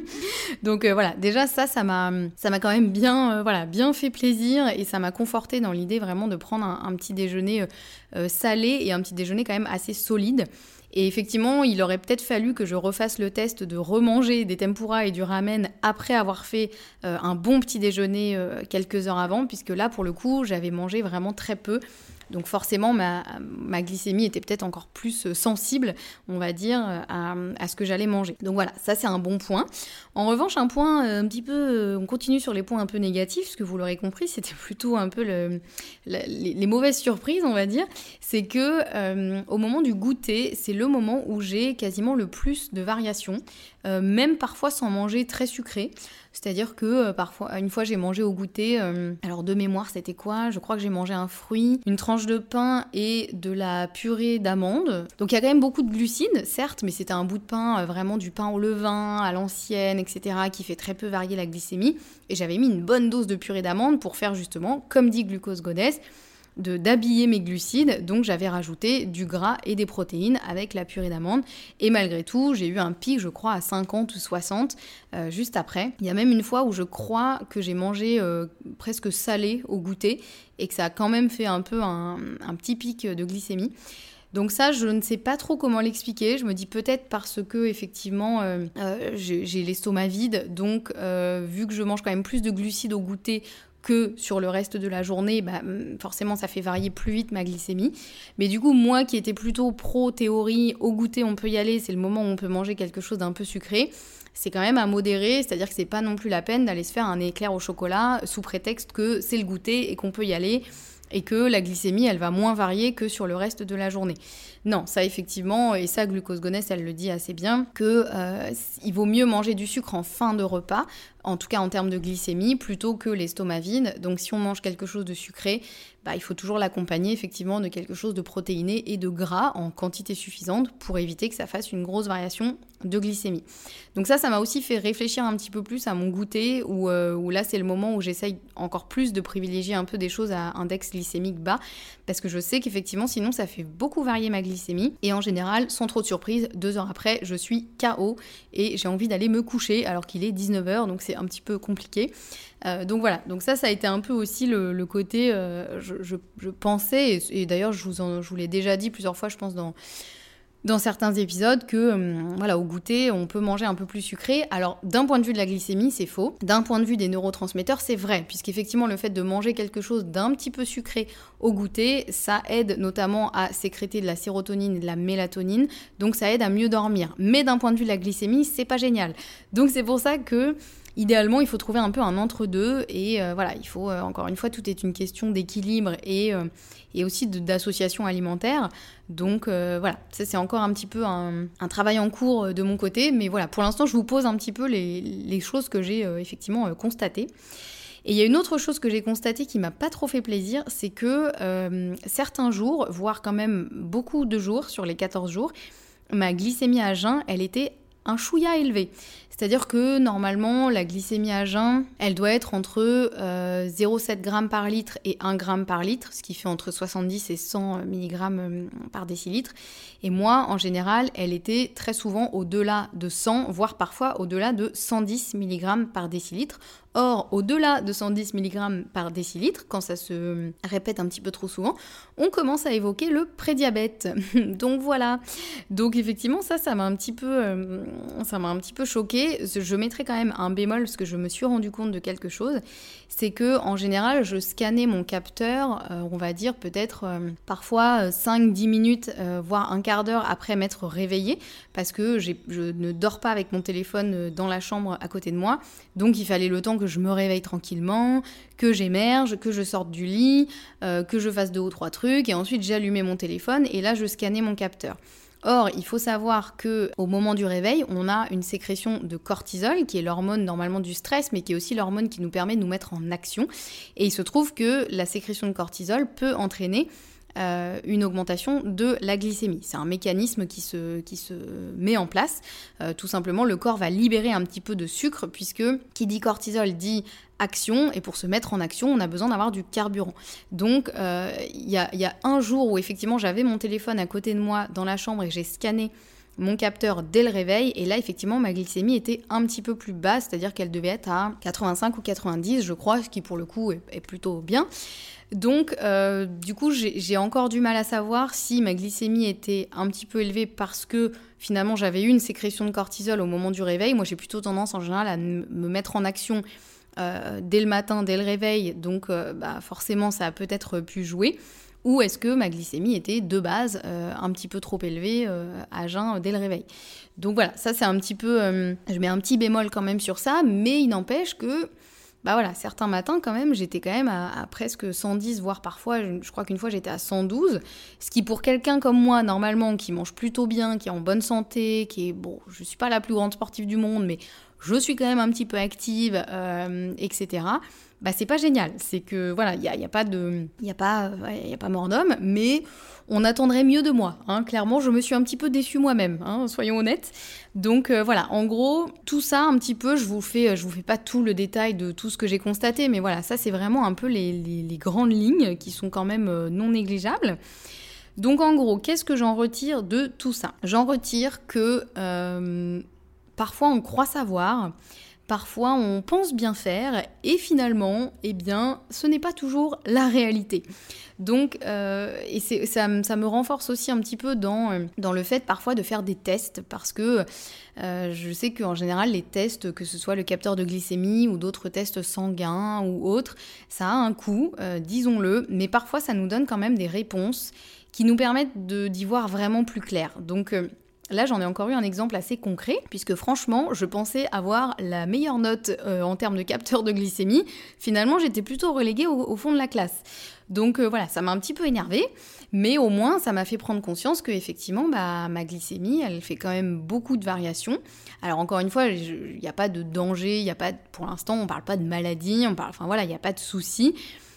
A: Donc euh, voilà, déjà ça, ça m'a, ça m'a quand même bien, euh, voilà, bien fait plaisir et ça m'a conforté dans l'idée vraiment de prendre un, un petit déjeuner euh, euh, salé et un petit déjeuner quand même assez solide. Et effectivement, il aurait peut-être fallu que je refasse le test de remanger des tempura et du ramen après avoir fait euh, un bon petit déjeuner euh, quelques heures avant, puisque là, pour le coup, j'avais mangé vraiment très peu. Donc forcément, ma, ma glycémie était peut-être encore plus sensible, on va dire, à, à ce que j'allais manger. Donc voilà, ça c'est un bon point. En revanche, un point un petit peu... On continue sur les points un peu négatifs, parce que vous l'aurez compris, c'était plutôt un peu le, le, les, les mauvaises surprises, on va dire. C'est que euh, au moment du goûter, c'est le moment où j'ai quasiment le plus de variations, euh, même parfois sans manger très sucré. C'est-à-dire que euh, parfois, une fois j'ai mangé au goûter, euh, alors de mémoire c'était quoi ? Je crois que j'ai mangé un fruit, une tranche de pain et de la purée d'amandes. Donc il y a quand même beaucoup de glucides, certes, mais c'était un bout de pain, euh, vraiment du pain au levain, à l'ancienne, et cetera, qui fait très peu varier la glycémie. Et j'avais mis une bonne dose de purée d'amandes pour faire justement, comme dit Glucose Goddess, de d'habiller mes glucides, donc j'avais rajouté du gras et des protéines avec la purée d'amande, et malgré tout j'ai eu un pic je crois à cinquante ou soixante euh, juste après. Il y a même une fois où je crois que j'ai mangé euh, presque salé au goûter et que ça a quand même fait un peu un, un petit pic de glycémie. Donc ça, je ne sais pas trop comment l'expliquer. Je me dis peut-être parce que effectivement, euh, euh, j'ai, j'ai l'estomac vide, donc euh, vu que je mange quand même plus de glucides au goûter que sur le reste de la journée, bah, forcément ça fait varier plus vite ma glycémie. Mais du coup, moi qui étais plutôt pro-théorie, au goûter on peut y aller, c'est le moment où on peut manger quelque chose d'un peu sucré, c'est quand même à modérer, c'est-à-dire que c'est pas non plus la peine d'aller se faire un éclair au chocolat sous prétexte que c'est le goûter et qu'on peut y aller et que la glycémie, elle va moins varier que sur le reste de la journée. Non, ça effectivement, et ça Glucose Goddess, elle le dit assez bien, que euh, il vaut mieux manger du sucre en fin de repas, en tout cas en termes de glycémie, plutôt que l'estomac vide. Donc si on mange quelque chose de sucré, bah, il faut toujours l'accompagner effectivement de quelque chose de protéiné et de gras en quantité suffisante pour éviter que ça fasse une grosse variation de glycémie. Donc ça, ça m'a aussi fait réfléchir un petit peu plus à mon goûter, où, euh, où là c'est le moment où j'essaye encore plus de privilégier un peu des choses à index glycémique bas, parce que je sais qu'effectivement sinon ça fait beaucoup varier ma glycémie, et en général, sans trop de surprise, deux heures après, je suis K O et j'ai envie d'aller me coucher alors qu'il est dix-neuf heures, donc c'est un petit peu compliqué. Euh, donc voilà, donc ça, ça a été un peu aussi le, le côté, euh, je, je, je pensais, et, et d'ailleurs je vous, en, je vous l'ai déjà dit plusieurs fois, je pense, dans... dans certains épisodes, que euh, voilà, au goûter, on peut manger un peu plus sucré. Alors, d'un point de vue de la glycémie, c'est faux. D'un point de vue des neurotransmetteurs, c'est vrai, puisqu'effectivement, le fait de manger quelque chose d'un petit peu sucré au goûter, ça aide notamment à sécréter de la sérotonine et de la mélatonine, donc ça aide à mieux dormir. Mais d'un point de vue de la glycémie, c'est pas génial. Donc c'est pour ça que idéalement, il faut trouver un peu un entre-deux, et euh, voilà, il faut, euh, encore une fois, tout est une question d'équilibre et, euh, et aussi de, d'association alimentaire. Donc euh, voilà, ça c'est encore un petit peu un, un travail en cours de mon côté, mais voilà, pour l'instant, je vous pose un petit peu les, les choses que j'ai euh, effectivement euh, constatées. Et il y a une autre chose que j'ai constatée qui m'a pas trop fait plaisir, c'est que euh, certains jours, voire quand même beaucoup de jours sur les quatorze jours, ma glycémie à jeun, elle était un chouïa élevé. C'est-à-dire que normalement, la glycémie à jeun, elle doit être entre euh, zéro virgule sept grammes par litre et un gramme par litre, ce qui fait entre soixante-dix et cent milligrammes par décilitre. Et moi, en général, elle était très souvent au-delà de cent, voire parfois au-delà de cent dix milligrammes par décilitre. Or, au-delà de cent dix milligrammes par décilitre, quand ça se répète un petit peu trop souvent, on commence à évoquer le prédiabète. Donc voilà. Donc effectivement, ça, ça m'a un petit peu, euh, ça m'a un petit peu choquée. Je mettrai quand même un bémol parce que je me suis rendu compte de quelque chose. C'est que en général, je scannais mon capteur, euh, on va dire peut-être euh, parfois cinq dix minutes, euh, voire un quart d'heure après m'être réveillée, parce que j'ai, je ne dors pas avec mon téléphone dans la chambre à côté de moi. Donc il fallait le temps que je me réveille tranquillement, que j'émerge, que je sorte du lit, euh, que je fasse deux ou trois trucs, et ensuite j'allumais mon téléphone et là je scannais mon capteur. Or, il faut savoir qu'au moment du réveil, on a une sécrétion de cortisol, qui est l'hormone normalement du stress, mais qui est aussi l'hormone qui nous permet de nous mettre en action. Et il se trouve que la sécrétion de cortisol peut entraîner Euh, une augmentation de la glycémie. C'est un mécanisme qui se, qui se met en place. Euh, tout simplement, le corps va libérer un petit peu de sucre, puisque qui dit cortisol dit action, et pour se mettre en action, on a besoin d'avoir du carburant. Donc, il euh, y, a, y a un jour où effectivement j'avais mon téléphone à côté de moi dans la chambre et j'ai scanné mon capteur dès le réveil, et là effectivement ma glycémie était un petit peu plus basse, c'est-à-dire qu'elle devait être à quatre-vingt-cinq ou quatre-vingt-dix, je crois, ce qui pour le coup est, est plutôt bien. Donc, euh, du coup, j'ai, j'ai encore du mal à savoir si ma glycémie était un petit peu élevée parce que finalement j'avais eu une sécrétion de cortisol au moment du réveil. Moi, j'ai plutôt tendance en général à m- me mettre en action euh, dès le matin, dès le réveil. Donc, euh, bah, forcément, ça a peut-être pu jouer. Ou est-ce que ma glycémie était de base euh, un petit peu trop élevée euh, à jeun dès le réveil. Donc voilà, ça c'est un petit peu... Euh, je mets un petit bémol quand même sur ça, mais il n'empêche que... Bah voilà, certains matins quand même, j'étais quand même à, à presque cent dix, voire parfois, je, je crois qu'une fois j'étais à cent douze, ce qui pour quelqu'un comme moi, normalement, qui mange plutôt bien, qui est en bonne santé, qui est, bon, je suis pas la plus grande sportive du monde, mais je suis quand même un petit peu active, euh, et cetera, bah c'est pas génial. C'est que voilà, il n'y a, y a pas de, y a pas, y a pas mort d'homme, mais on attendrait mieux de moi. Hein. Clairement, je me suis un petit peu déçue moi-même, hein, soyons honnêtes. Donc euh, voilà, en gros, tout ça un petit peu, je vous fais, je vous fais pas tout le détail de tout ce que j'ai constaté, mais voilà, ça c'est vraiment un peu les, les, les grandes lignes qui sont quand même euh, non négligeables. Donc en gros, qu'est-ce que j'en retire de tout ça ? J'en retire que euh, parfois on croit savoir. Parfois, on pense bien faire et finalement, eh bien, ce n'est pas toujours la réalité. Donc, euh, et c'est, ça, ça me renforce aussi un petit peu dans, dans le fait parfois de faire des tests parce que euh, je sais qu'en général, les tests, que ce soit le capteur de glycémie ou d'autres tests sanguins ou autres, ça a un coût, euh, disons-le, mais parfois ça nous donne quand même des réponses qui nous permettent de, d'y voir vraiment plus clair. Donc, euh, là, j'en ai encore eu un exemple assez concret, puisque franchement, je pensais avoir la meilleure note euh, en termes de capteur de glycémie. Finalement, j'étais plutôt reléguée au, au fond de la classe. Donc euh, voilà, ça m'a un petit peu énervée, mais au moins, ça m'a fait prendre conscience qu'effectivement, bah, ma glycémie, elle fait quand même beaucoup de variations. Alors encore une fois, il n'y a pas de danger, il y a pas, de, pour l'instant, on ne parle pas de maladie, on parle, enfin voilà, il n'y a pas de souci.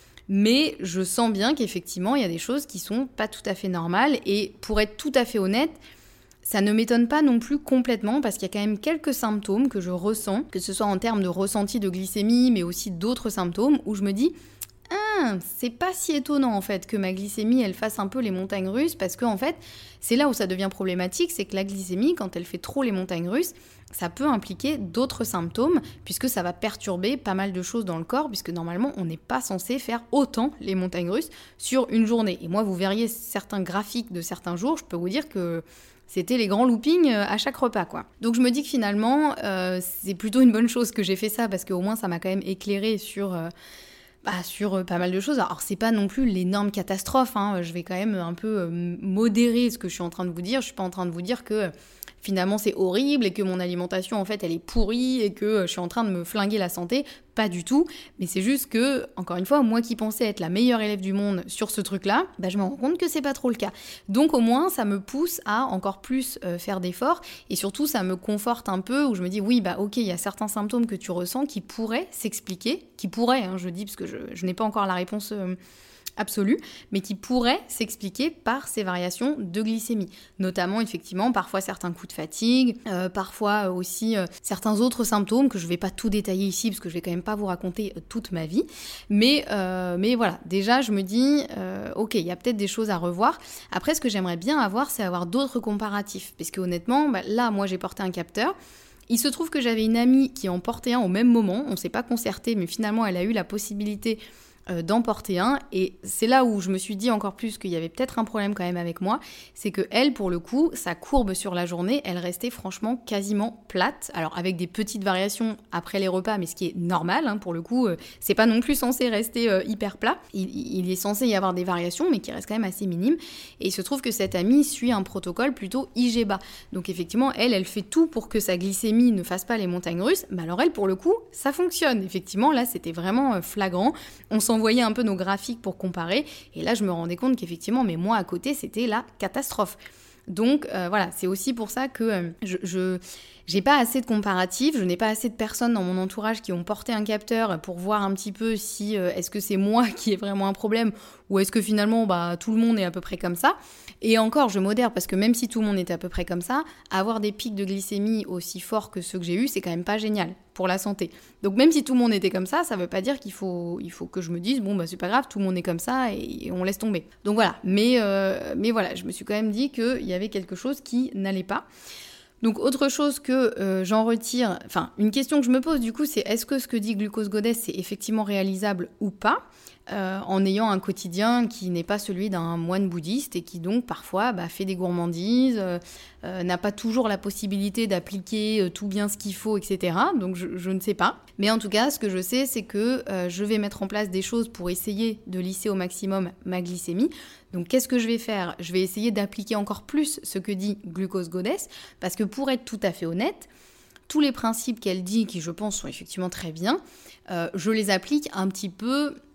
A: Mais je sens bien qu'effectivement, il y a des choses qui sont pas tout à fait normales. Et pour être tout à fait honnête, ça ne m'étonne pas non plus complètement parce qu'il y a quand même quelques symptômes que je ressens, que ce soit en termes de ressenti de glycémie, mais aussi d'autres symptômes où je me dis « Ah, c'est pas si étonnant en fait que ma glycémie elle fasse un peu les montagnes russes » parce que en fait, c'est là où ça devient problématique, c'est que la glycémie, quand elle fait trop les montagnes russes, ça peut impliquer d'autres symptômes puisque ça va perturber pas mal de choses dans le corps puisque normalement on n'est pas censé faire autant les montagnes russes sur une journée. Et moi, vous verriez certains graphiques de certains jours, je peux vous dire que c'était les grands loopings à chaque repas, quoi. Donc je me dis que finalement, euh, c'est plutôt une bonne chose que j'ai fait ça, parce qu'au moins ça m'a quand même éclairé sur, euh, bah, sur pas mal de choses. Alors c'est pas non plus l'énorme catastrophe, hein. Je vais quand même un peu euh, modérer ce que je suis en train de vous dire. Je suis pas en train de vous dire que finalement c'est horrible et que mon alimentation en fait elle est pourrie et que je suis en train de me flinguer la santé. Pas du tout, mais c'est juste que, encore une fois, moi qui pensais être la meilleure élève du monde sur ce truc-là, bah je me rends compte que c'est pas trop le cas. Donc au moins, ça me pousse à encore plus euh, faire d'efforts et surtout, ça me conforte un peu où je me dis, oui, bah ok, il y a certains symptômes que tu ressens qui pourraient s'expliquer, qui pourraient, hein, je dis, parce que je, je n'ai pas encore la réponse euh, absolue, mais qui pourrait s'expliquer par ces variations de glycémie. Notamment, effectivement, parfois certains coups de fatigue, euh, parfois aussi euh, certains autres symptômes que je ne vais pas tout détailler ici, parce que je ne vais quand même pas vous raconter euh, toute ma vie. Mais, euh, mais voilà, déjà, je me dis, euh, ok, il y a peut-être des choses à revoir. Après, ce que j'aimerais bien avoir, c'est avoir d'autres comparatifs. Parce que honnêtement, bah, là, moi, j'ai porté un capteur. Il se trouve que j'avais une amie qui en portait un au même moment. On ne s'est pas concerté, mais finalement, elle a eu la possibilité d'en porter un, et c'est là où je me suis dit encore plus qu'il y avait peut-être un problème quand même avec moi, c'est que elle, pour le coup, sa courbe sur la journée, elle restait franchement quasiment plate, alors avec des petites variations après les repas, mais ce qui est normal, hein, pour le coup, euh, c'est pas non plus censé rester euh, hyper plat, il, il est censé y avoir des variations, mais qui restent quand même assez minimes, et il se trouve que cette amie suit un protocole plutôt I G B A, donc effectivement, elle, elle fait tout pour que sa glycémie ne fasse pas les montagnes russes, mais alors elle, pour le coup, ça fonctionne, effectivement, là, c'était vraiment euh, flagrant, on s'en voyait un peu nos graphiques pour comparer, et là je me rendais compte qu'effectivement, mais moi à côté, c'était la catastrophe. Donc euh, voilà, c'est aussi pour ça que euh, je, je j'ai pas assez de comparatifs, je n'ai pas assez de personnes dans mon entourage qui ont porté un capteur pour voir un petit peu si euh, est-ce que c'est moi qui ai vraiment un problème ou est-ce que finalement bah, tout le monde est à peu près comme ça. Et encore, je modère parce que même si tout le monde était à peu près comme ça, avoir des pics de glycémie aussi forts que ceux que j'ai eus, c'est quand même pas génial pour la santé. Donc même si tout le monde était comme ça, ça veut pas dire qu'il faut, il faut que je me dise bon bah c'est pas grave, tout le monde est comme ça et, et on laisse tomber. Donc voilà, mais, euh, mais voilà, je me suis quand même dit qu'il y avait quelque chose qui n'allait pas. Donc autre chose que euh, j'en retire, enfin une question que je me pose du coup, c'est est-ce que ce que dit Glucose Goddess c'est effectivement réalisable ou pas euh, en ayant un quotidien qui n'est pas celui d'un moine bouddhiste et qui donc parfois bah, fait des gourmandises, euh, euh, n'a pas toujours la possibilité d'appliquer euh, tout bien ce qu'il faut, et cetera. Donc je, je ne sais pas. Mais en tout cas, ce que je sais, c'est que euh, je vais mettre en place des choses pour essayer de lisser au maximum ma glycémie. Donc qu'est-ce que je vais faire ? Je vais essayer d'appliquer encore plus ce que dit Glucose Goddess, parce que pour être tout à fait honnête, tous les principes qu'elle dit, qui je pense sont effectivement très bien, euh, je les applique un petit peu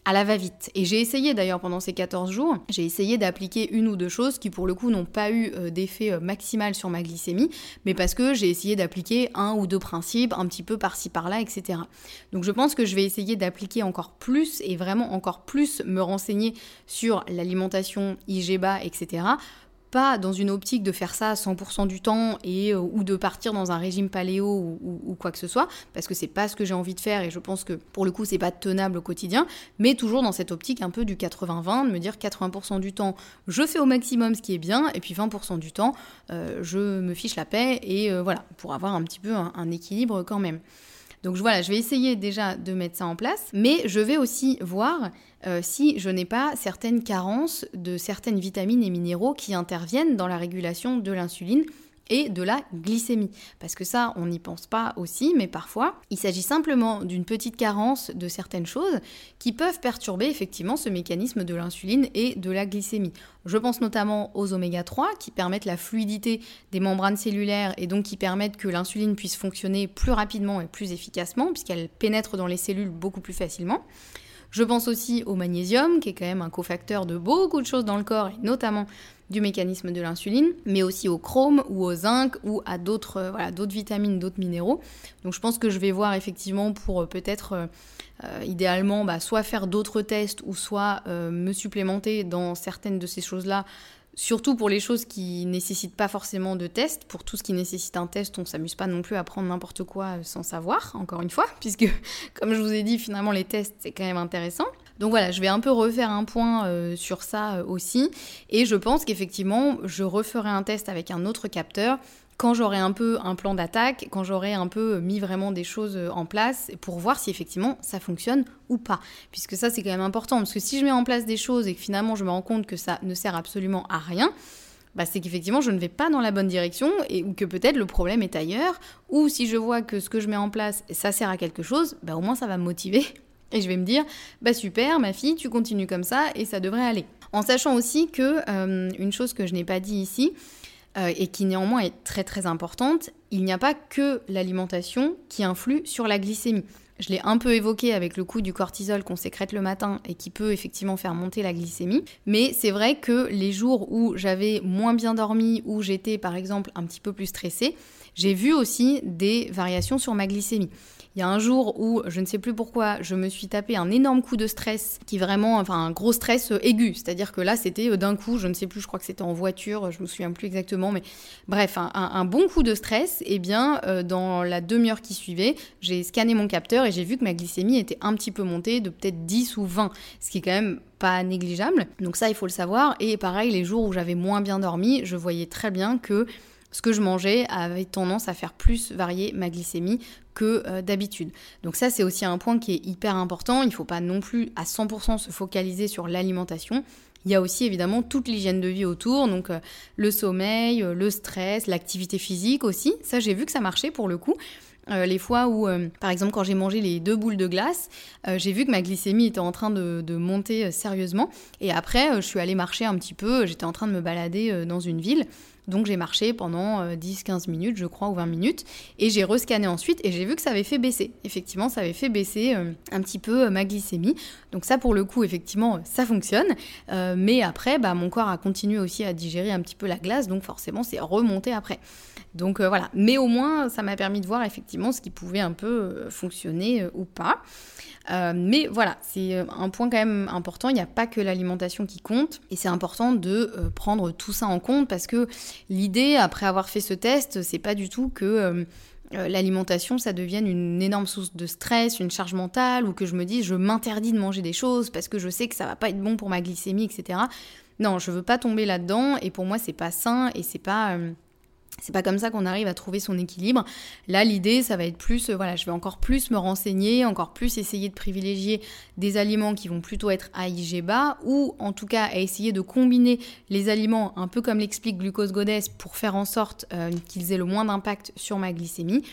A: à la va-vite. Et j'ai essayé d'ailleurs pendant ces quatorze jours, j'ai essayé d'appliquer une ou deux choses qui pour le coup n'ont pas eu euh, d'effet euh, maximal sur ma glycémie, mais parce que j'ai essayé d'appliquer un ou deux principes, un petit peu par-ci par-là, et cetera. Donc je pense que je vais essayer d'appliquer encore plus et vraiment encore plus me renseigner sur l'alimentation I G B A, et cetera. Pas dans une optique de faire ça cent pour cent du temps et, euh, ou de partir dans un régime paléo ou, ou, ou quoi que ce soit, parce que c'est pas ce que j'ai envie de faire et je pense que pour le coup c'est pas tenable au quotidien, mais toujours dans cette optique un peu du quatre-vingts vingt, de me dire quatre-vingts pour cent du temps je fais au maximum ce qui est bien et puis vingt pour cent du temps euh, je me fiche la paix et euh, voilà, pour avoir un petit peu un, un équilibre quand même. Donc voilà, je vais essayer déjà de mettre ça en place, mais je vais aussi voir euh, si je n'ai pas certaines carences de certaines vitamines et minéraux qui interviennent dans la régulation de l'insuline et de la glycémie. Parce que ça, on n'y pense pas aussi, mais parfois, il s'agit simplement d'une petite carence de certaines choses qui peuvent perturber effectivement ce mécanisme de l'insuline et de la glycémie. Je pense notamment aux oméga trois qui permettent la fluidité des membranes cellulaires et donc qui permettent que l'insuline puisse fonctionner plus rapidement et plus efficacement puisqu'elle pénètre dans les cellules beaucoup plus facilement. Je pense aussi au magnésium, qui est quand même un cofacteur de beaucoup de choses dans le corps, et notamment du mécanisme de l'insuline, mais aussi au chrome ou au zinc ou à d'autres, euh, voilà, d'autres vitamines, d'autres minéraux. Donc je pense que je vais voir effectivement pour euh, peut-être euh, euh, idéalement bah, soit faire d'autres tests ou soit euh, me supplémenter dans certaines de ces choses-là. Surtout pour les choses qui nécessitent pas forcément de test. Pour tout ce qui nécessite un test, on s'amuse pas non plus à prendre n'importe quoi sans savoir, encore une fois, puisque, comme je vous ai dit, finalement, les tests, c'est quand même intéressant. Donc voilà, je vais un peu refaire un point euh, sur ça euh, aussi. Et je pense qu'effectivement, je referai un test avec un autre capteur quand j'aurai un peu un plan d'attaque, quand j'aurai un peu mis vraiment des choses en place pour voir si effectivement ça fonctionne ou pas. Puisque ça, c'est quand même important. Parce que si je mets en place des choses et que finalement je me rends compte que ça ne sert absolument à rien, bah c'est qu'effectivement je ne vais pas dans la bonne direction et ou que peut-être le problème est ailleurs. Ou si je vois que ce que je mets en place, ça sert à quelque chose, bah au moins ça va me motiver. Et je vais me dire, bah super, ma fille, tu continues comme ça et ça devrait aller. En sachant aussi que, euh, une chose que je n'ai pas dit ici, euh, et qui néanmoins est très très importante, il n'y a pas que l'alimentation qui influe sur la glycémie. Je l'ai un peu évoqué avec le coup du cortisol qu'on sécrète le matin et qui peut effectivement faire monter la glycémie. Mais c'est vrai que les jours où j'avais moins bien dormi, où j'étais par exemple un petit peu plus stressée, j'ai vu aussi des variations sur ma glycémie. Il y a un jour où, je ne sais plus pourquoi, je me suis tapé un énorme coup de stress, qui vraiment, enfin un gros stress aigu, c'est-à-dire que là c'était d'un coup, je ne sais plus, je crois que c'était en voiture, je me souviens plus exactement, mais bref, un, un, un bon coup de stress, et bien euh, dans la demi-heure qui suivait, j'ai scanné mon capteur et j'ai vu que ma glycémie était un petit peu montée de peut-être dix ou vingt, ce qui est quand même pas négligeable, donc ça il faut le savoir, et pareil, les jours où j'avais moins bien dormi, je voyais très bien que ce que je mangeais avait tendance à faire plus varier ma glycémie que euh, d'habitude. Donc ça, c'est aussi un point qui est hyper important. Il ne faut pas non plus à cent pour cent se focaliser sur l'alimentation. Il y a aussi évidemment toute l'hygiène de vie autour, donc euh, le sommeil, euh, le stress, l'activité physique aussi. Ça, j'ai vu que ça marchait pour le coup. Euh, les fois où, euh, par exemple, quand j'ai mangé les deux boules de glace, euh, j'ai vu que ma glycémie était en train de, de monter euh, sérieusement. Et après, euh, je suis allée marcher un petit peu. J'étais en train de me balader euh, dans une ville. Donc j'ai marché pendant euh, dix à quinze minutes, je crois, ou vingt minutes. Et j'ai rescanné ensuite et j'ai vu que ça avait fait baisser. Effectivement, ça avait fait baisser euh, un petit peu euh, ma glycémie. Donc ça, pour le coup, effectivement, ça fonctionne. Euh, mais après, bah, mon corps a continué aussi à digérer un petit peu la glace. Donc forcément, c'est remonté après. Donc euh, voilà, mais au moins ça m'a permis de voir effectivement ce qui pouvait un peu euh, fonctionner euh, ou pas. Euh, mais voilà, c'est un point quand même important, il n'y a pas que l'alimentation qui compte et c'est important de euh, prendre tout ça en compte parce que l'idée, après avoir fait ce test, c'est pas du tout que euh, euh, l'alimentation ça devienne une énorme source de stress, une charge mentale ou que je me dise je m'interdis de manger des choses parce que je sais que ça va pas être bon pour ma glycémie, et cetera. Non, je veux pas tomber là-dedans et pour moi c'est pas sain et c'est pas... Euh, C'est pas comme ça qu'on arrive à trouver son équilibre. Là, l'idée, ça va être plus, euh, voilà, je vais encore plus me renseigner, encore plus essayer de privilégier des aliments qui vont plutôt être à I G B A ou en tout cas à essayer de combiner les aliments, un peu comme l'explique Glucose Goddess, pour faire en sorte euh, qu'ils aient le moins d'impact sur ma glycémie.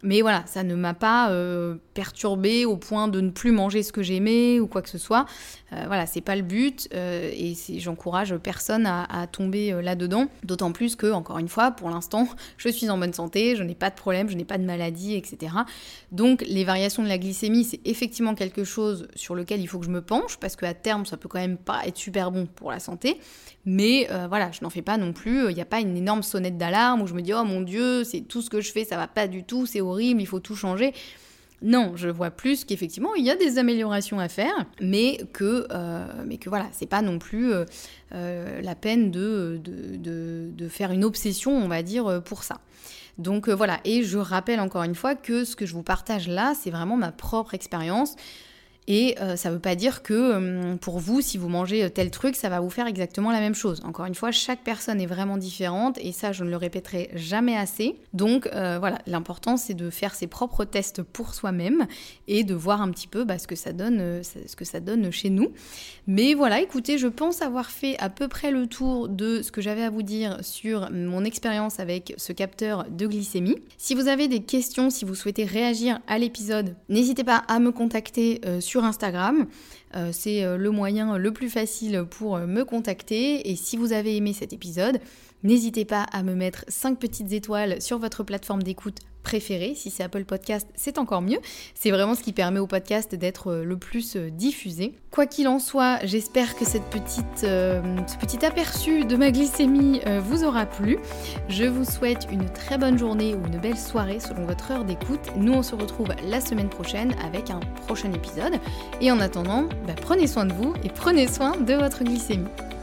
A: Mais voilà, ça ne m'a pas euh, perturbée au point de ne plus manger ce que j'aimais ou quoi que ce soit. Euh, voilà, c'est pas le but euh, et c'est, j'encourage personne à, à tomber euh, là-dedans. D'autant plus que, encore une fois, pour l'instant, je suis en bonne santé, je n'ai pas de problème, je n'ai pas de maladie, et cetera. Donc les variations de la glycémie, c'est effectivement quelque chose sur lequel il faut que je me penche parce qu'à terme, ça peut quand même pas être super bon pour la santé. Mais euh, voilà, je n'en fais pas non plus. Il n'y a pas une énorme sonnette d'alarme où je me dis « Oh mon Dieu, c'est tout ce que je fais, ça va pas du tout, c'est horrible, il faut tout changer ». Non, je vois plus qu'effectivement, il y a des améliorations à faire, mais que, euh, mais que voilà, c'est pas non plus euh, euh, la peine de, de, de, de faire une obsession, on va dire, pour ça. Donc euh, voilà, et je rappelle encore une fois que ce que je vous partage là, c'est vraiment ma propre expérience. Et euh, ça ne veut pas dire que euh, pour vous, si vous mangez tel truc, ça va vous faire exactement la même chose. Encore une fois, chaque personne est vraiment différente et ça, je ne le répéterai jamais assez. Donc euh, voilà, l'important, c'est de faire ses propres tests pour soi-même et de voir un petit peu bah, ce que ça donne, euh, ce que ça donne chez nous. Mais voilà, écoutez, je pense avoir fait à peu près le tour de ce que j'avais à vous dire sur mon expérience avec ce capteur de glycémie. Si vous avez des questions, si vous souhaitez réagir à l'épisode, n'hésitez pas à me contacter euh, sur Sur Instagram, euh, c'est euh, le moyen le plus facile pour euh, me contacter. Et si vous avez aimé cet épisode, n'hésitez pas à me mettre cinq petites étoiles sur votre plateforme d'écoute préférée. Si c'est Apple Podcast, c'est encore mieux. C'est vraiment ce qui permet au podcast d'être euh, le plus euh, diffusé. Quoi qu'il en soit, j'espère que cette petite, euh, ce petit aperçu de ma glycémie euh, vous aura plu. Je vous souhaite une très bonne journée ou une belle soirée selon votre heure d'écoute. Nous, on se retrouve la semaine prochaine avec un prochain épisode. Et en attendant, bah, prenez soin de vous et prenez soin de votre glycémie.